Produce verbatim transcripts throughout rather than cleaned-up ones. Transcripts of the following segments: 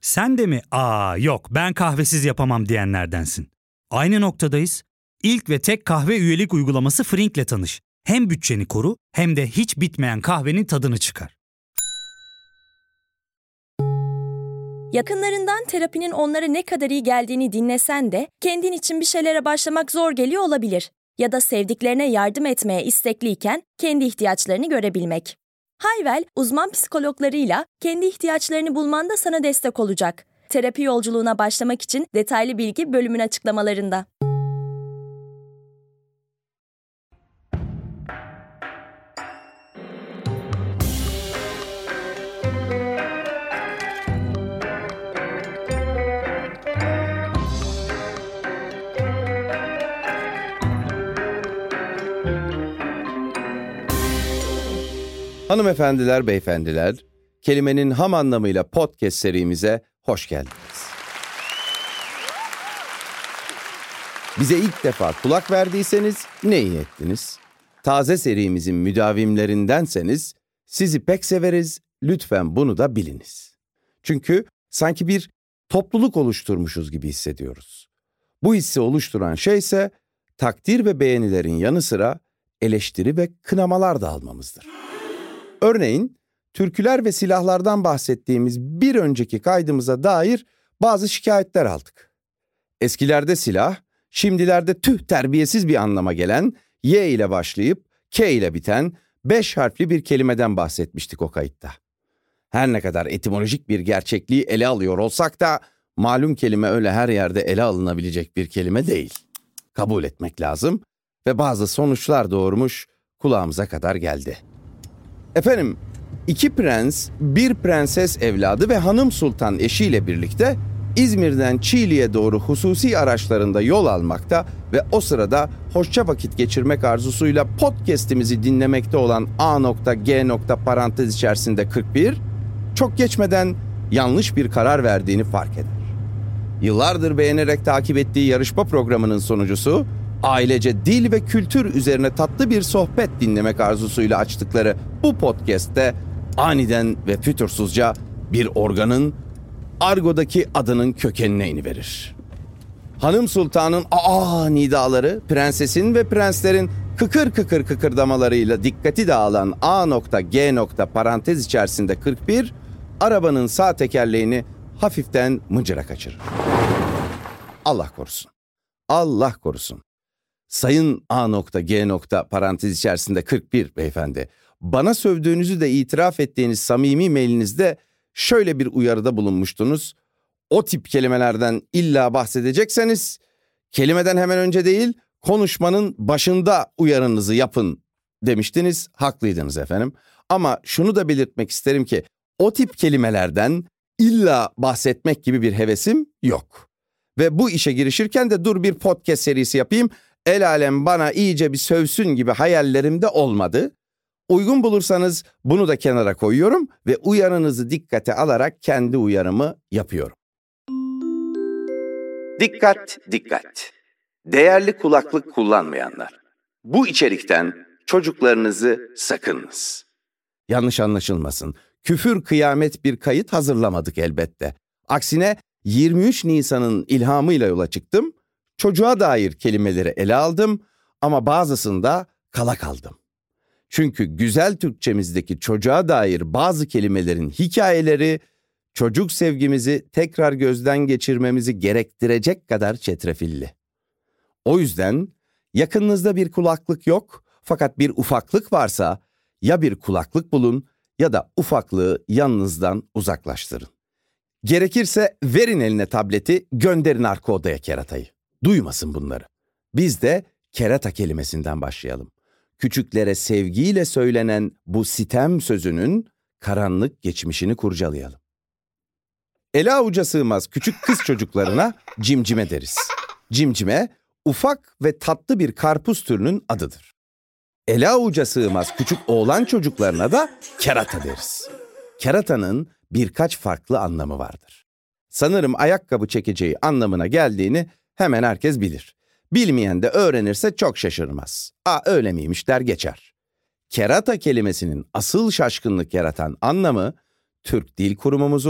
Sen de mi "Aa yok ben kahvesiz yapamam" diyenlerdensin? Aynı noktadayız. İlk ve tek kahve üyelik uygulaması Frink'le tanış. Hem bütçeni koru hem de hiç bitmeyen kahvenin tadını çıkar. Yakınlarından terapinin onlara ne kadar iyi geldiğini dinlesen de kendin için bir şeylere başlamak zor geliyor olabilir. Ya da sevdiklerine yardım etmeye istekliyken kendi ihtiyaçlarını görebilmek. Hayvel, uzman psikologlarıyla kendi ihtiyaçlarını bulmanda sana destek olacak. Terapi yolculuğuna başlamak için detaylı bilgi bölümün açıklamalarında. Hanımefendiler, beyefendiler, kelimenin ham anlamıyla podcast serimize hoş geldiniz. Bize ilk defa kulak verdiyseniz ne iyi ettiniz. Taze serimizin müdavimlerindenseniz sizi pek severiz, lütfen bunu da biliniz. Çünkü sanki bir topluluk oluşturmuşuz gibi hissediyoruz. Bu hissi oluşturan şey ise takdir ve beğenilerin yanı sıra eleştiri ve kınamalar da almamızdır. Örneğin, türküler ve silahlardan bahsettiğimiz bir önceki kaydımıza dair bazı şikayetler aldık. Eskilerde silah, şimdilerde tüh terbiyesiz bir anlama gelen, Y ile başlayıp K ile biten beş harfli bir kelimeden bahsetmiştik o kayıtta. Her ne kadar etimolojik bir gerçekliği ele alıyor olsak da, malum kelime öyle her yerde ele alınabilecek bir kelime değil. Kabul etmek lazım ve bazı sonuçlar doğurmuş, kulağımıza kadar geldi. Efendim, iki prens, bir prenses evladı ve hanım sultan eşiyle birlikte İzmir'den Çiğli'ye doğru hususi araçlarında yol almakta ve o sırada hoşça vakit geçirmek arzusuyla podcast'imizi dinlemekte olan A.G. parantez içerisinde kırk bir, çok geçmeden yanlış bir karar verdiğini fark eder. Yıllardır beğenerek takip ettiği yarışma programının sonucusu, ailece dil ve kültür üzerine tatlı bir sohbet dinlemek arzusuyla açtıkları bu podcast'te aniden ve fütursuzca bir organın argodaki adının kökenine iniverir. Hanım sultanın aa nidaları, prensesin ve prenslerin kıkır kıkır kıkırdamalarıyla dikkati dağılan A.G. parantez içerisinde kırk bir, arabanın sağ tekerleğini hafiften mıcıra kaçırır. Allah korusun. Allah korusun. Sayın A.G. parantez içerisinde kırk bir beyefendi, bana sövdüğünüzü de itiraf ettiğiniz samimi mailinizde şöyle bir uyarıda bulunmuştunuz. O tip kelimelerden illa bahsedecekseniz, kelimeden hemen önce değil, konuşmanın başında uyarınızı yapın demiştiniz. Haklıydınız efendim. Ama şunu da belirtmek isterim ki, o tip kelimelerden illa bahsetmek gibi bir hevesim yok. Ve bu işe girişirken de dur bir podcast serisi yapayım, el alem bana iyice bir sövsün gibi hayallerimde olmadı. Uygun bulursanız bunu da kenara koyuyorum ve uyarınızı dikkate alarak kendi uyarımı yapıyorum. Dikkat, dikkat. Değerli kulaklık kullanmayanlar. Bu içerikten çocuklarınızı sakınınız. Yanlış anlaşılmasın. Küfür kıyamet bir kayıt hazırlamadık elbette. Aksine yirmi üç Nisan'ın ilhamıyla yola çıktım. Çocuğa dair kelimeleri ele aldım ama bazısında kala kaldım. Çünkü güzel Türkçemizdeki çocuğa dair bazı kelimelerin hikayeleri çocuk sevgimizi tekrar gözden geçirmemizi gerektirecek kadar çetrefilli. O yüzden yakınınızda bir kulaklık yok fakat bir ufaklık varsa ya bir kulaklık bulun ya da ufaklığı yanınızdan uzaklaştırın. Gerekirse verin eline tableti, gönderin arka odaya keratayı. Duymasın bunları. Biz de kerata kelimesinden başlayalım. Küçüklere sevgiyle söylenen bu sitem sözünün karanlık geçmişini kurcalayalım. Ele avuca sığmaz küçük kız çocuklarına cimcime deriz. Cimcime, ufak ve tatlı bir karpuz türünün adıdır. Ele avuca sığmaz küçük oğlan çocuklarına da kerata deriz. Keratanın birkaç farklı anlamı vardır. Sanırım ayakkabı çekeceği anlamına geldiğini hemen herkes bilir. Bilmeyen de öğrenirse çok şaşırmaz. Aa öyle miymiş der geçer. Kerata kelimesinin asıl şaşkınlık yaratan anlamı, Türk Dil Kurumumuzun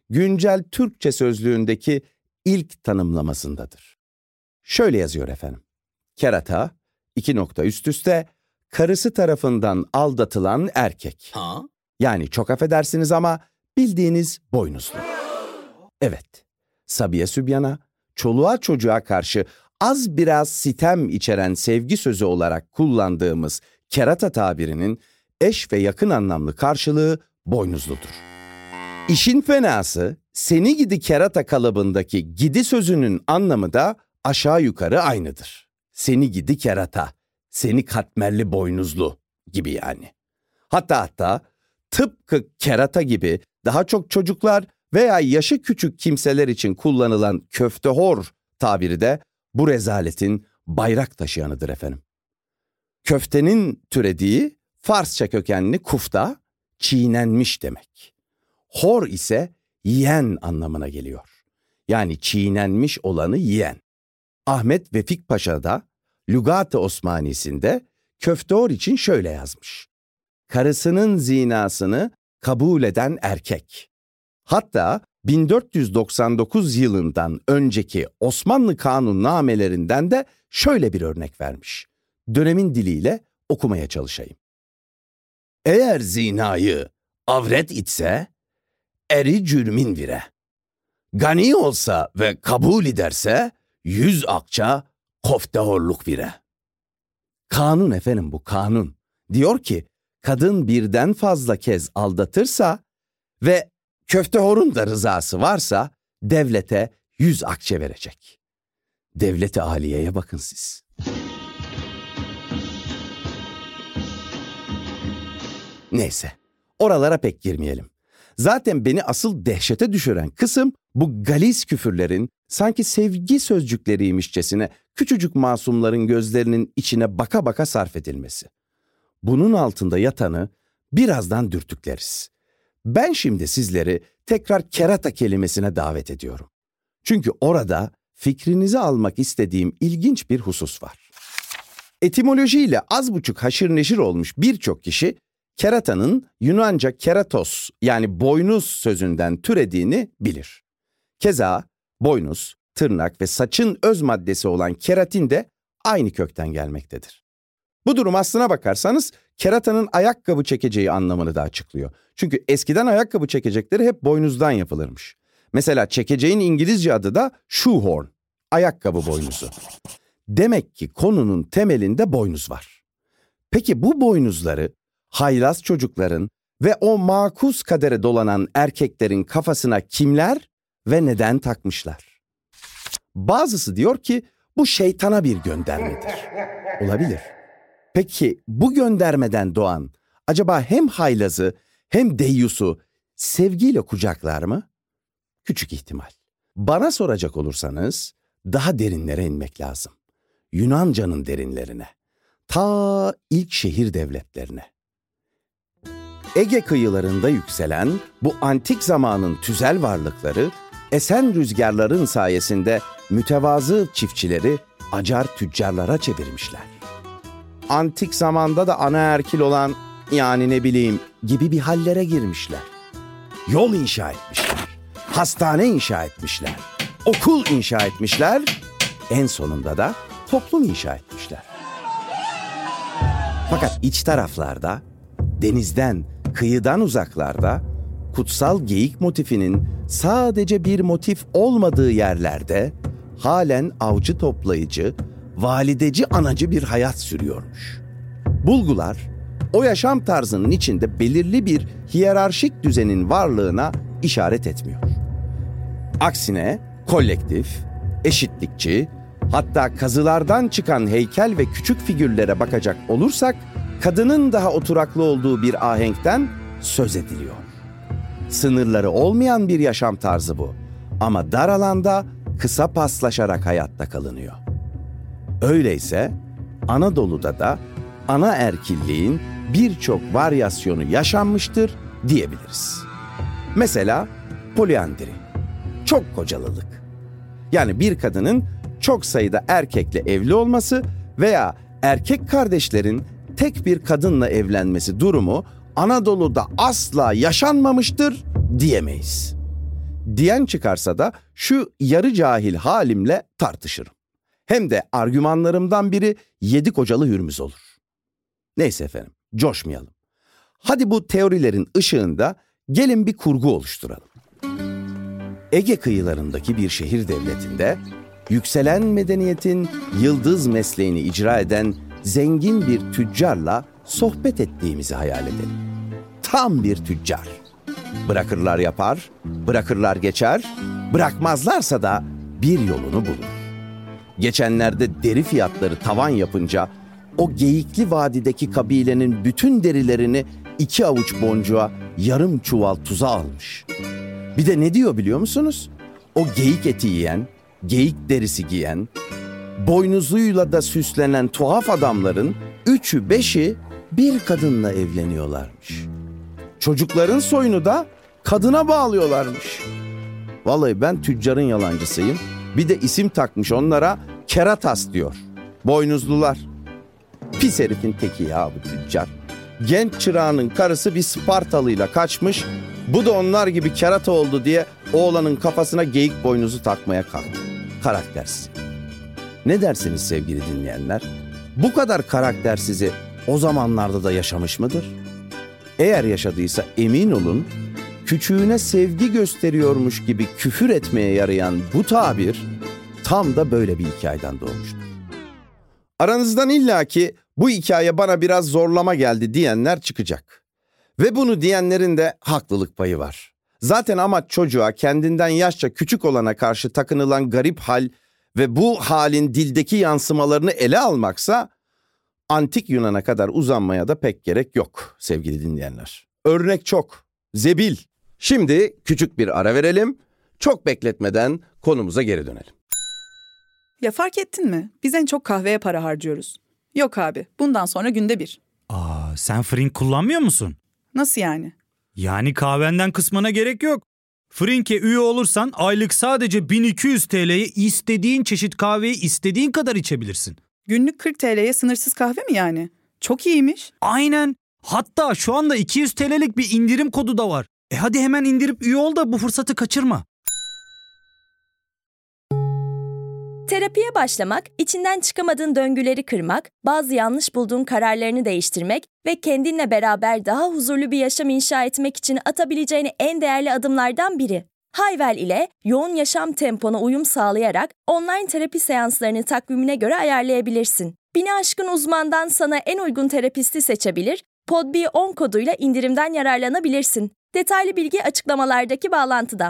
güncel Türkçe sözlüğündeki ilk tanımlamasındadır. Şöyle yazıyor efendim. Kerata, iki nokta üst üste, karısı tarafından aldatılan erkek. Ha? Yani çok affedersiniz ama bildiğiniz boynuzlu. Evet, Sabiha Sübyan'a, çoluğa çocuğa karşı az biraz sitem içeren sevgi sözü olarak kullandığımız kerata tabirinin eş ve yakın anlamlı karşılığı boynuzludur. İşin fenası, seni gidi kerata kalıbındaki gidi sözünün anlamı da aşağı yukarı aynıdır. Seni gidi kerata, seni katmerli boynuzlu gibi yani. Hatta hatta tıpkı kerata gibi daha çok çocuklar veya yaşı küçük kimseler için kullanılan köftehor tabiri de bu rezaletin bayrak taşıyanıdır efendim. Köftenin türediği Farsça kökenli kufta, çiğnenmiş demek. Hor ise yiyen anlamına geliyor. Yani çiğnenmiş olanı yiyen. Ahmet Vefik Paşa da Lügat-ı Osmanisi'nde köftehor için şöyle yazmış. Karısının zinasını kabul eden erkek. Hatta bin dört yüz doksan dokuz yılından önceki Osmanlı kanunnamelerinden de şöyle bir örnek vermiş. Dönemin diliyle okumaya çalışayım. Eğer zinayı avret itse, eri cürmin vire. Gani olsa ve kabul ederse, yüz akça koftehorluk vire. Kanun efendim bu kanun. Diyor ki, kadın birden fazla kez aldatırsa ve köftehorun da rızası varsa devlete yüz akçe verecek. Devlet-i aliyeye bakın siz. Neyse, oralara pek girmeyelim. Zaten beni asıl dehşete düşüren kısım bu galiz küfürlerin sanki sevgi sözcükleriymişçesine küçücük masumların gözlerinin içine baka baka sarf edilmesi. Bunun altında yatanı birazdan dürtükleriz. Ben şimdi sizleri tekrar kerata kelimesine davet ediyorum. Çünkü orada fikrinizi almak istediğim ilginç bir husus var. Etimolojiyle az buçuk haşır neşir olmuş birçok kişi keratanın Yunanca keratos yani boynuz sözünden türediğini bilir. Keza boynuz, tırnak ve saçın öz maddesi olan keratin de aynı kökten gelmektedir. Bu durum aslına bakarsanız keratanın ayakkabı çekeceği anlamını da açıklıyor. Çünkü eskiden ayakkabı çekecekleri hep boynuzdan yapılırmış. Mesela çekeceğin İngilizce adı da shoehorn, ayakkabı boynuzu. Demek ki konunun temelinde boynuz var. Peki bu boynuzları haylaz çocukların ve o makus kadere dolanan erkeklerin kafasına kimler ve neden takmışlar? Bazısı diyor ki bu şeytana bir göndermedir. Olabilir. Peki bu göndermeden doğan acaba hem haylazı hem deyyusu sevgiyle kucaklar mı? Küçük ihtimal. Bana soracak olursanız daha derinlere inmek lazım. Yunanca'nın derinlerine. Ta ilk şehir devletlerine. Ege kıyılarında yükselen bu antik zamanın tüzel varlıkları esen rüzgarların sayesinde mütevazı çiftçileri acar tüccarlara çevirmişler. Antik zamanda da anaerkil olan yani ne bileyim gibi bir hallere girmişler. Yol inşa etmişler, hastane inşa etmişler, okul inşa etmişler, en sonunda da toplum inşa etmişler. Fakat iç taraflarda, denizden, kıyıdan uzaklarda, kutsal geyik motifinin sadece bir motif olmadığı yerlerde halen avcı toplayıcı, valideci anacı bir hayat sürüyormuş. Bulgular, o yaşam tarzının içinde belirli bir hiyerarşik düzenin varlığına işaret etmiyor. Aksine kolektif, eşitlikçi, hatta kazılardan çıkan heykel ve küçük figürlere bakacak olursak, kadının daha oturaklı olduğu bir ahenkten söz ediliyor. Sınırları olmayan bir yaşam tarzı bu. Ama dar alanda kısa paslaşarak hayatta kalınıyor. Öyleyse Anadolu'da da anaerkilliğin birçok varyasyonu yaşanmıştır diyebiliriz. Mesela poliandri, çok kocalılık. Yani bir kadının çok sayıda erkekle evli olması veya erkek kardeşlerin tek bir kadınla evlenmesi durumu Anadolu'da asla yaşanmamıştır diyemeyiz. diyen çıkarsa da şu yarı cahil halimle tartışırım. Hem de argümanlarımdan biri yedi kocalı Hürmüz olur. Neyse efendim, coşmayalım. Hadi bu teorilerin ışığında gelin bir kurgu oluşturalım. Ege kıyılarındaki bir şehir devletinde yükselen medeniyetin yıldız mesleğini icra eden zengin bir tüccarla sohbet ettiğimizi hayal edelim. Tam bir tüccar. Bırakırlar yapar, bırakırlar geçer, bırakmazlarsa da bir yolunu bulur. Geçenlerde deri fiyatları tavan yapınca o Geyikli Vadi'deki kabilenin bütün derilerini iki avuç boncuğa, yarım çuval tuza almış. Bir de ne diyor biliyor musunuz? O geyik eti yiyen, geyik derisi giyen, boynuzuyla da süslenen tuhaf adamların üçü beşi bir kadınla evleniyorlarmış. Çocukların soyunu da kadına bağlıyorlarmış. Vallahi ben tüccarın yalancısıyım. Bir de isim takmış onlara, Keratas diyor. Boynuzlular. Pis herifin teki ya bu tüccar. Genç çırağının karısı bir Spartalıyla kaçmış. Bu da onlar gibi kerata oldu diye oğlanın kafasına geyik boynuzu takmaya kalktı. Karaktersiz. Ne dersiniz sevgili dinleyenler? Bu kadar karaktersizi o zamanlarda da yaşamış mıdır? Eğer yaşadıysa emin olun, küçüğüne sevgi gösteriyormuş gibi küfür etmeye yarayan bu tabir tam da böyle bir hikayeden doğmuştur. Aranızdan illaki bu hikaye bana biraz zorlama geldi diyenler çıkacak. Ve bunu diyenlerin de haklılık payı var. Zaten amaç çocuğa kendinden yaşça küçük olana karşı takınılan garip hal ve bu halin dildeki yansımalarını ele almaksa antik Yunan'a kadar uzanmaya da pek gerek yok sevgili dinleyenler. Örnek çok, zebil. Şimdi küçük bir ara verelim, çok bekletmeden konumuza geri dönelim. Ya fark ettin mi? Biz en çok kahveye para harcıyoruz. Yok abi, bundan sonra günde bir. Aa, sen Frink kullanmıyor musun? Nasıl yani? Yani kahvenden kısmına gerek yok. Frink'e üye olursan aylık sadece bin iki yüz T L'ye istediğin çeşit kahveyi istediğin kadar içebilirsin. Günlük kırk T L'ye sınırsız kahve mi yani? Çok iyiymiş. Aynen. Hatta şu anda iki yüz T L'lik bir indirim kodu da var. E hadi hemen indirip üye ol da bu fırsatı kaçırma. Terapiye başlamak, içinden çıkamadığın döngüleri kırmak, bazı yanlış bulduğun kararlarını değiştirmek ve kendinle beraber daha huzurlu bir yaşam inşa etmek için atabileceğin en değerli adımlardan biri. Hayvel ile yoğun yaşam tempona uyum sağlayarak online terapi seanslarını takvimine göre ayarlayabilirsin. Bini aşkın uzmandan sana en uygun terapisti seçebilir, Podbi on koduyla indirimden yararlanabilirsin. Detaylı bilgi açıklamalardaki bağlantıda.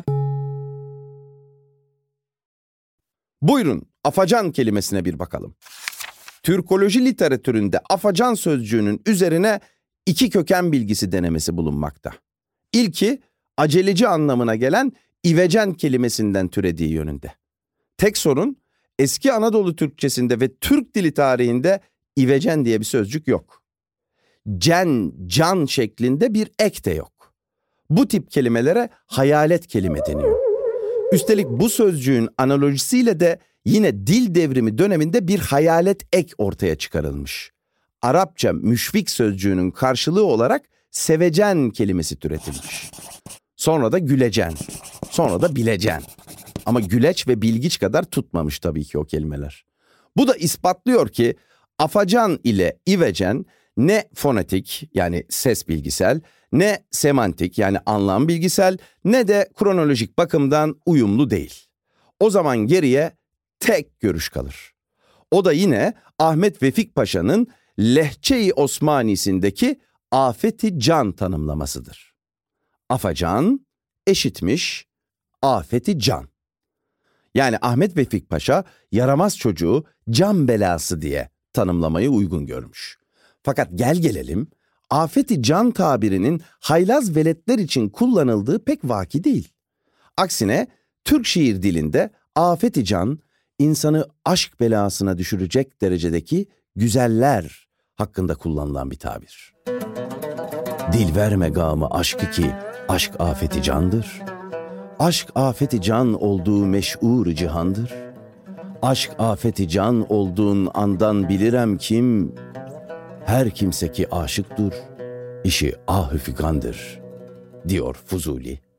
Buyurun, afacan kelimesine bir bakalım. Türkoloji literatüründe afacan sözcüğünün üzerine iki köken bilgisi denemesi bulunmakta. İlki, aceleci anlamına gelen ivecen kelimesinden türediği yönünde. Tek sorun, eski Anadolu Türkçesinde ve Türk dili tarihinde ivecen diye bir sözcük yok. Cen, can şeklinde bir ek de yok. Bu tip kelimelere hayalet kelime deniyor. Üstelik bu sözcüğün analojisiyle de yine dil devrimi döneminde bir hayalet ek ortaya çıkarılmış. Arapça müşfik sözcüğünün karşılığı olarak sevecen kelimesi türetilmiş. Sonra da gülecen, sonra da bilecen. Ama güleç ve bilgiç kadar tutmamış tabii ki o kelimeler. Bu da ispatlıyor ki afacan ile ivecen ne fonetik yani ses bilgisel, ne semantik yani anlam bilgisel, ne de kronolojik bakımdan uyumlu değil. O zaman geriye tek görüş kalır. O da yine Ahmet Vefik Paşa'nın Lehçe-i Osmanisi'ndeki afeti can tanımlamasıdır. Afacan eşitmiş afeti can. Yani Ahmet Vefik Paşa yaramaz çocuğu can belası diye tanımlamayı uygun görmüş. Fakat gel gelelim, afeti can tabirinin haylaz veletler için kullanıldığı pek vaki değil. Aksine Türk şiir dilinde afeti can, insanı aşk belasına düşürecek derecedeki güzeller hakkında kullanılan bir tabir. Dil verme gamı aşkı ki aşk afeti candır. Aşk afeti can olduğu meş'ur cihandır. Aşk afeti can olduğun andan bilirem kim, her kimse ki aşıktır, işi ahü figandır, diyor Fuzuli.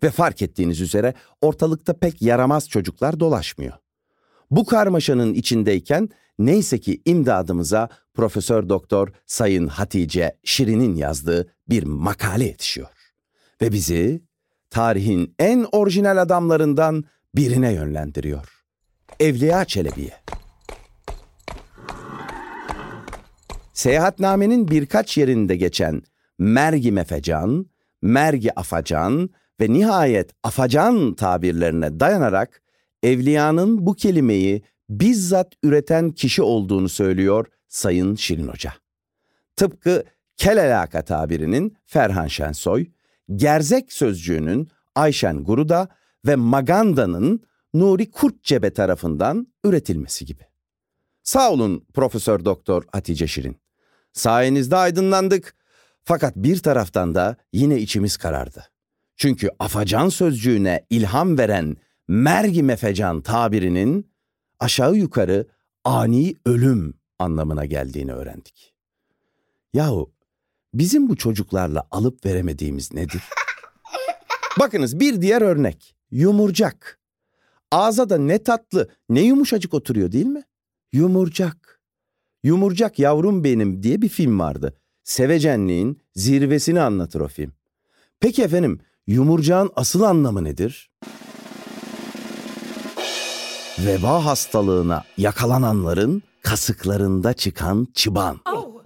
Ve fark ettiğiniz üzere ortalıkta pek yaramaz çocuklar dolaşmıyor. Bu karmaşanın içindeyken neyse ki imdadımıza Profesör Doktor Sayın Hatice Şirin'in yazdığı bir makale yetişiyor. Ve bizi tarihin en orijinal adamlarından birine yönlendiriyor. Evliya Çelebi'ye. Seyahatnamenin birkaç yerinde geçen Mergi Mefecan, Mergi Afacan ve nihayet Afacan tabirlerine dayanarak evliyanın bu kelimeyi bizzat üreten kişi olduğunu söylüyor Sayın Şirin Hoca. Tıpkı kelelaka tabirinin Ferhan Şensoy, gerzek sözcüğünün Ayşen Guruda ve maganda'nın Nuri Kurtcebe tarafından üretilmesi gibi. Sağ olun Profesör Doktor Hatice Şirin. Sayenizde aydınlandık. Fakat bir taraftan da yine içimiz karardı. Çünkü afacan sözcüğüne ilham veren mergi mefecan tabirinin aşağı yukarı ani ölüm anlamına geldiğini öğrendik. Yahu bizim bu çocuklarla alıp veremediğimiz nedir? Bakınız bir diğer örnek. Yumurcak. Ağza da ne tatlı, ne yumuşacık oturuyor değil mi? Yumurcak. Yumurcak Yavrum Benim diye bir film vardı. Sevecenliğin zirvesini anlatır o film. Peki efendim, yumurcağın asıl anlamı nedir? Veba hastalığına yakalananların kasıklarında çıkan çıban.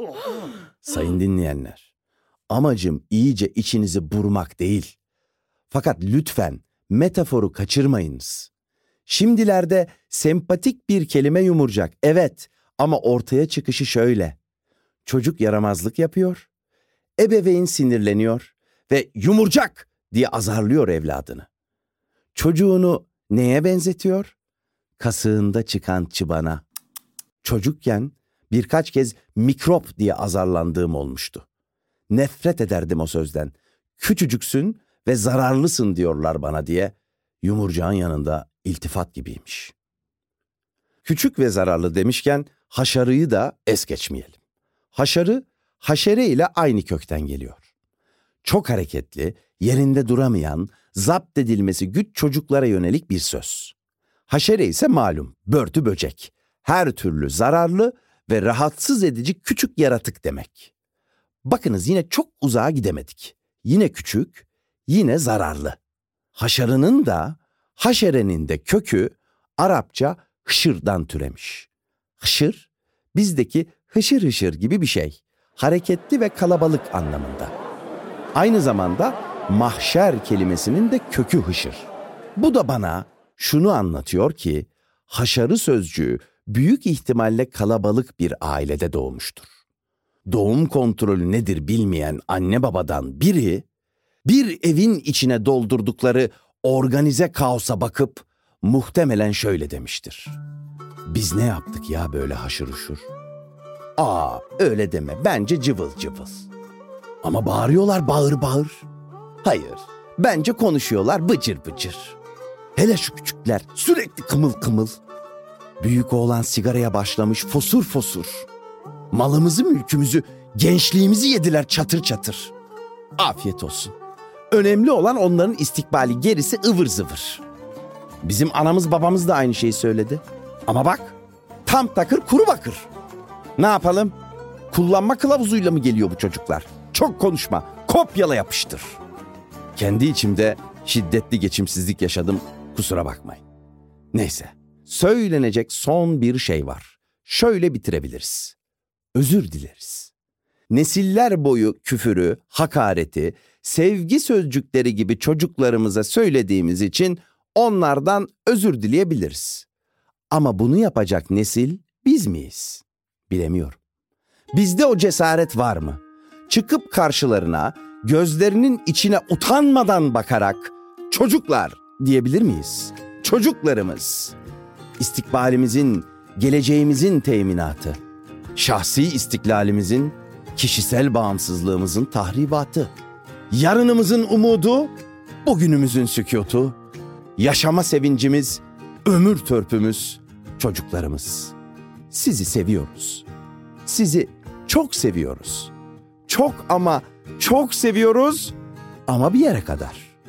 Sayın dinleyenler, amacım iyice içinizi burmak değil. Fakat lütfen metaforu kaçırmayınız. Şimdilerde sempatik bir kelime yumurcak, evet, ama ortaya çıkışı şöyle. Çocuk yaramazlık yapıyor, ebeveyn sinirleniyor ve yumurcak diye azarlıyor evladını. Çocuğunu neye benzetiyor? Kasığında çıkan çыбana. Çocukken birkaç kez mikrop diye azarlandığım olmuştu. Nefret ederdim o sözden. Küçücüksün ve zararlısın diyorlar bana diye. Yumurcağın yanında iltifat gibiymiş. Küçük ve zararlı demişken haşarıyı da es geçmeyelim. Haşarı, haşere ile aynı kökten geliyor. Çok hareketli, yerinde duramayan, zapt edilmesi güç çocuklara yönelik bir söz. Haşere ise malum, börtü böcek, her türlü zararlı ve rahatsız edici küçük yaratık demek. Bakınız yine çok uzağa gidemedik. Yine küçük, yine zararlı. Haşarının da, haşerenin de kökü Arapça hışırdan türemiş. Hışır, bizdeki hışır hışır gibi bir şey. Hareketli ve kalabalık anlamında. Aynı zamanda mahşer kelimesinin de kökü hışır. Bu da bana şunu anlatıyor ki, haşarı sözcüğü büyük ihtimalle kalabalık bir ailede doğmuştur. Doğum kontrolü nedir bilmeyen anne babadan biri, bir evin içine doldurdukları organize kaosa bakıp muhtemelen şöyle demiştir. Biz ne yaptık ya böyle haşır huşur? Aa öyle deme, bence cıvıl cıvıl. Ama bağırıyorlar bağır bağır. Hayır, bence konuşuyorlar bıcır bıcır. Hele şu küçükler sürekli kımıl kımıl. Büyük oğlan sigaraya başlamış fosur fosur. Malımızı mülkümüzü, gençliğimizi yediler çatır çatır. Afiyet olsun. Önemli olan onların istikbali, gerisi ıvır zıvır. Bizim anamız babamız da aynı şeyi söyledi. Ama bak, tam takır kuru bakır. Ne yapalım? Kullanma kılavuzuyla mı geliyor bu çocuklar? Çok konuşma, kopyala yapıştır. Kendi içimde şiddetli geçimsizlik yaşadım, kusura bakmayın. Neyse, söylenecek son bir şey var. Şöyle bitirebiliriz. Özür dileriz. Nesiller boyu küfürü, hakareti, sevgi sözcükleri gibi çocuklarımıza söylediğimiz için onlardan özür dileyebiliriz. Ama bunu yapacak nesil biz miyiz? Bilemiyorum. Bizde o cesaret var mı? Çıkıp karşılarına gözlerinin içine utanmadan bakarak çocuklar diyebilir miyiz? Çocuklarımız, istikbalimizin, geleceğimizin teminatı, şahsi istiklalimizin, kişisel bağımsızlığımızın tahribatı, yarınımızın umudu, bugünümüzün sükutu, yaşama sevincimiz, ömür törpümüz, çocuklarımız. Sizi seviyoruz. Sizi çok seviyoruz. Çok ama çok seviyoruz ama bir yere kadar.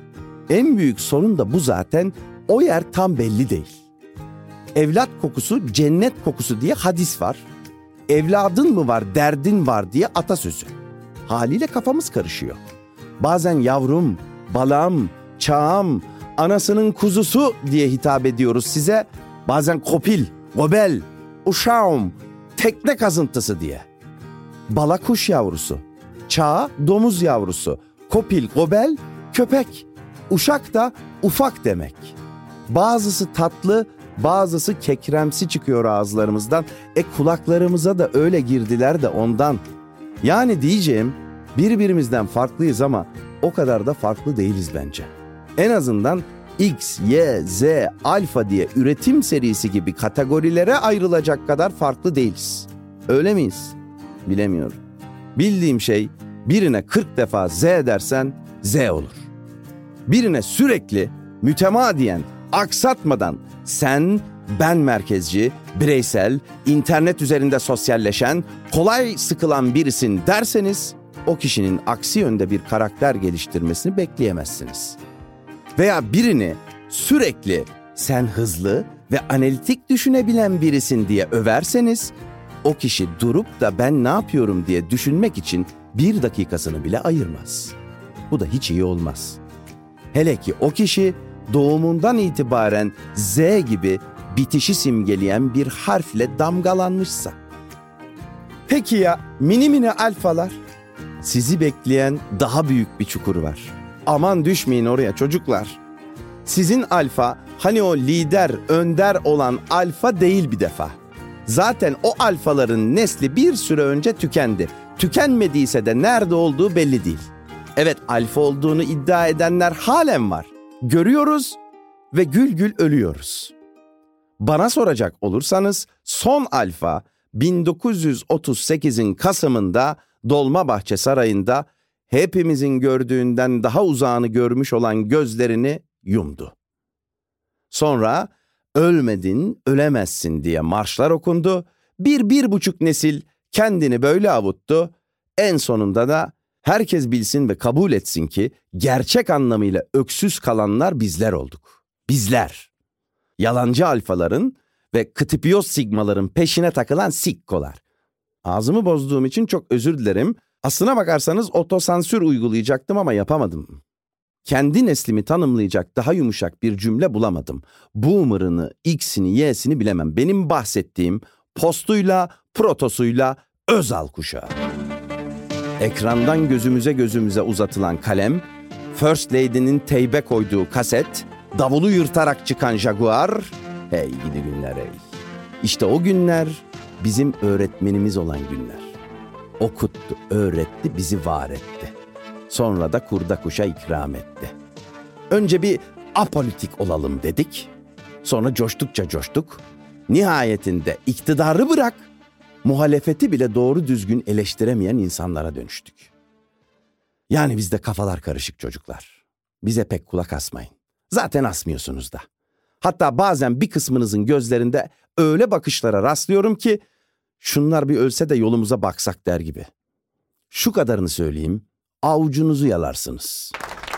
En büyük sorun da bu zaten. O yer tam belli değil. Evlat kokusu cennet kokusu diye hadis var. Evladın mı var, derdin var diye atasözü. Haliyle kafamız karışıyor. Bazen yavrum, balam, çağım, anasının kuzusu diye hitap ediyoruz size. Bazen kopil, gobel, uşağım, tekne kazıntısı diye. Bala kuş yavrusu, çağa domuz yavrusu, kopil, gobel, köpek, uşak da ufak demek. Bazısı tatlı, bazısı kekremsi çıkıyor ağızlarımızdan. E kulaklarımıza da öyle girdiler de ondan. Yani diyeceğim, birbirimizden farklıyız ama o kadar da farklı değiliz bence. En azından X, Y, Z, alfa diye üretim serisi gibi kategorilere ayrılacak kadar farklı değiliz. Öyle miyiz? Bilemiyorum. Bildiğim şey, birine kırk defa Z dersen Z olur. Birine sürekli, mütemadiyen, aksatmadan sen, ben merkezci, bireysel, internet üzerinde sosyalleşen, kolay sıkılan birisin derseniz o kişinin aksi yönde bir karakter geliştirmesini bekleyemezsiniz. Veya birini sürekli sen hızlı ve analitik düşünebilen birisin diye överseniz o kişi durup da ben ne yapıyorum diye düşünmek için bir dakikasını bile ayırmaz. Bu da hiç iyi olmaz. Hele ki o kişi doğumundan itibaren Z gibi bitişi simgeleyen bir harfle damgalanmışsa. Peki ya mini mini alfalar? Sizi bekleyen daha büyük bir çukur var. Aman düşmeyin oraya çocuklar. Sizin alfa hani o lider, önder olan alfa değil bir defa. Zaten o alfaların nesli bir süre önce tükendi. Tükenmediyse de nerede olduğu belli değil. Evet, alfa olduğunu iddia edenler halen var. Görüyoruz ve gül gül ölüyoruz. Bana soracak olursanız son alfa bin dokuz yüz otuz sekizin Kasım'ında Dolmabahçe Sarayı'nda hepimizin gördüğünden daha uzağını görmüş olan gözlerini yumdu. Sonra ölmedin, ölemezsin diye marşlar okundu. Bir, bir buçuk nesil kendini böyle avuttu. En sonunda da herkes bilsin ve kabul etsin ki gerçek anlamıyla öksüz kalanlar bizler olduk. Bizler. Yalancı alfaların ve kıtıpiyoz sigmaların peşine takılan sikkolar. Ağzımı bozduğum için çok özür dilerim. Aslına bakarsanız otosansür uygulayacaktım ama yapamadım. Kendi neslimi tanımlayacak daha yumuşak bir cümle bulamadım. Boomer'ını, X'ini, Y'sini bilemem. Benim bahsettiğim postuyla, protosuyla Özal kuşağı. Ekrandan gözümüze gözümüze uzatılan kalem, First Lady'nin teybe koyduğu kaset, davulu yırtarak çıkan Jaguar, hey gidi günler hey. İşte o günler bizim öğretmenimiz olan günler. Okuttu, öğretti, bizi var etti. Sonra da kurda kuşa ikram etti. Önce bir apolitik olalım dedik. Sonra coştukça coştuk. Nihayetinde iktidarı bırak, muhalefeti bile doğru düzgün eleştiremeyen insanlara dönüştük. Yani bizde kafalar karışık çocuklar. Bize pek kulak asmayın. Zaten asmıyorsunuz da. Hatta bazen bir kısmınızın gözlerinde öyle bakışlara rastlıyorum ki şunlar bir ölse de yolumuza baksak der gibi. Şu kadarını söyleyeyim, avucunuzu yalarsınız.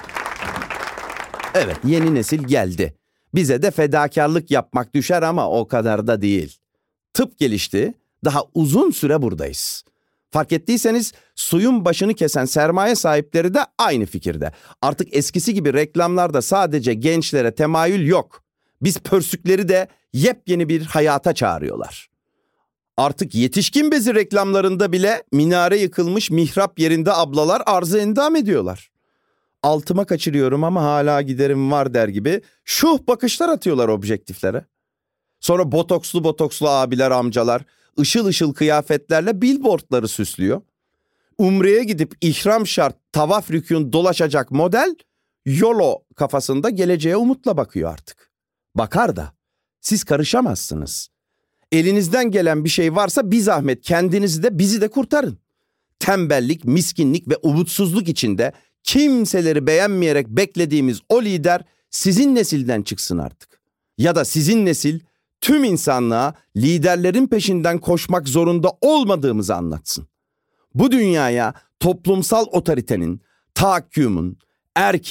Evet, yeni nesil geldi. Bize de fedakarlık yapmak düşer ama o kadar da değil. Tıp gelişti, daha uzun süre buradayız. Fark ettiyseniz suyun başını kesen sermaye sahipleri de aynı fikirde. Artık eskisi gibi reklamlarda sadece gençlere temayül yok. Biz pörsükleri de yepyeni bir hayata çağırıyorlar. Artık yetişkin bezi reklamlarında bile minare yıkılmış mihrap yerinde ablalar arzı endam ediyorlar. Altıma kaçırıyorum ama hala giderim var der gibi şuh bakışlar atıyorlar objektiflere. Sonra botokslu botokslu abiler amcalar ışıl ışıl kıyafetlerle billboardları süslüyor. Umre'ye gidip ihram şart tavaf rükûn dolaşacak model YOLO kafasında geleceğe umutla bakıyor artık. Bakar da siz karışamazsınız. Elinizden gelen bir şey varsa bir zahmet kendinizi de bizi de kurtarın. Tembellik, miskinlik ve umutsuzluk içinde kimseleri beğenmeyerek beklediğimiz o lider sizin nesilden çıksın artık. Ya da sizin nesil tüm insanlığa liderlerin peşinden koşmak zorunda olmadığımızı anlatsın. Bu dünyaya toplumsal otoritenin, tahakkümün, erkin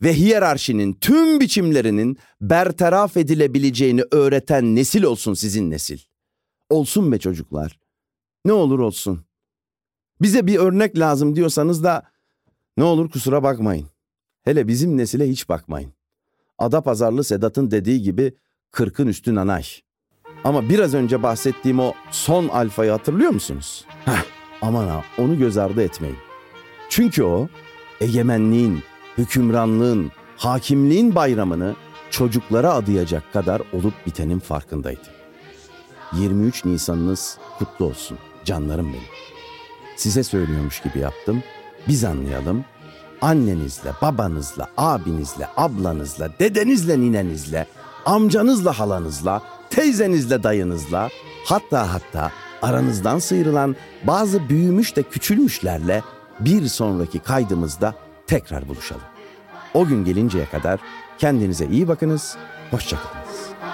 ve hiyerarşinin tüm biçimlerinin bertaraf edilebileceğini öğreten nesil olsun sizin nesil. Olsun be çocuklar. Ne olur olsun. Bize bir örnek lazım diyorsanız da ne olur kusura bakmayın. Hele bizim nesile hiç bakmayın. Adapazarlı Sedat'ın dediği gibi kırkın üstü nanay. Ama biraz önce bahsettiğim o son alfayı hatırlıyor musunuz? Heh, aman ha, onu göz ardı etmeyin. Çünkü o egemenliğin, hükümranlığın, hakimliğin bayramını çocuklara adayacak kadar olup bitenin farkındaydı. yirmi üç Nisan'ınız kutlu olsun canlarım benim. Size söylüyormuş gibi yaptım. Biz anlayalım. Annenizle, babanızla, abinizle, ablanızla, dedenizle, ninenizle, amcanızla, halanızla, teyzenizle, dayınızla, hatta hatta aranızdan sıyrılan bazı büyümüş de küçülmüşlerle bir sonraki kaydımızda tekrar buluşalım. O gün gelinceye kadar kendinize iyi bakınız, hoşça kalınız.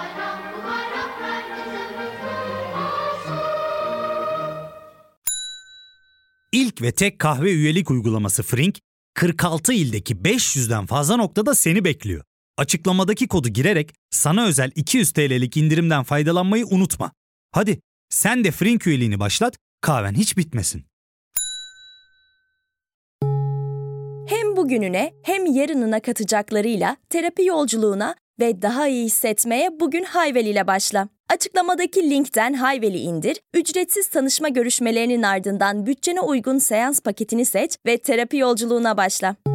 İlk ve tek kahve üyelik uygulaması Frink, kırk altı ildeki beş yüzden fazla noktada seni bekliyor. Açıklamadaki kodu girerek sana özel iki yüz TL'lik indirimden faydalanmayı unutma. Hadi sen de Frink üyeliğini başlat, kahven hiç bitmesin. Hem bugününe hem yarınına katacaklarıyla terapi yolculuğuna ve daha iyi hissetmeye bugün Hayvel ile başla. Açıklamadaki linkten Hayvel'i indir, ücretsiz tanışma görüşmelerinin ardından bütçene uygun seans paketini seç ve terapi yolculuğuna başla.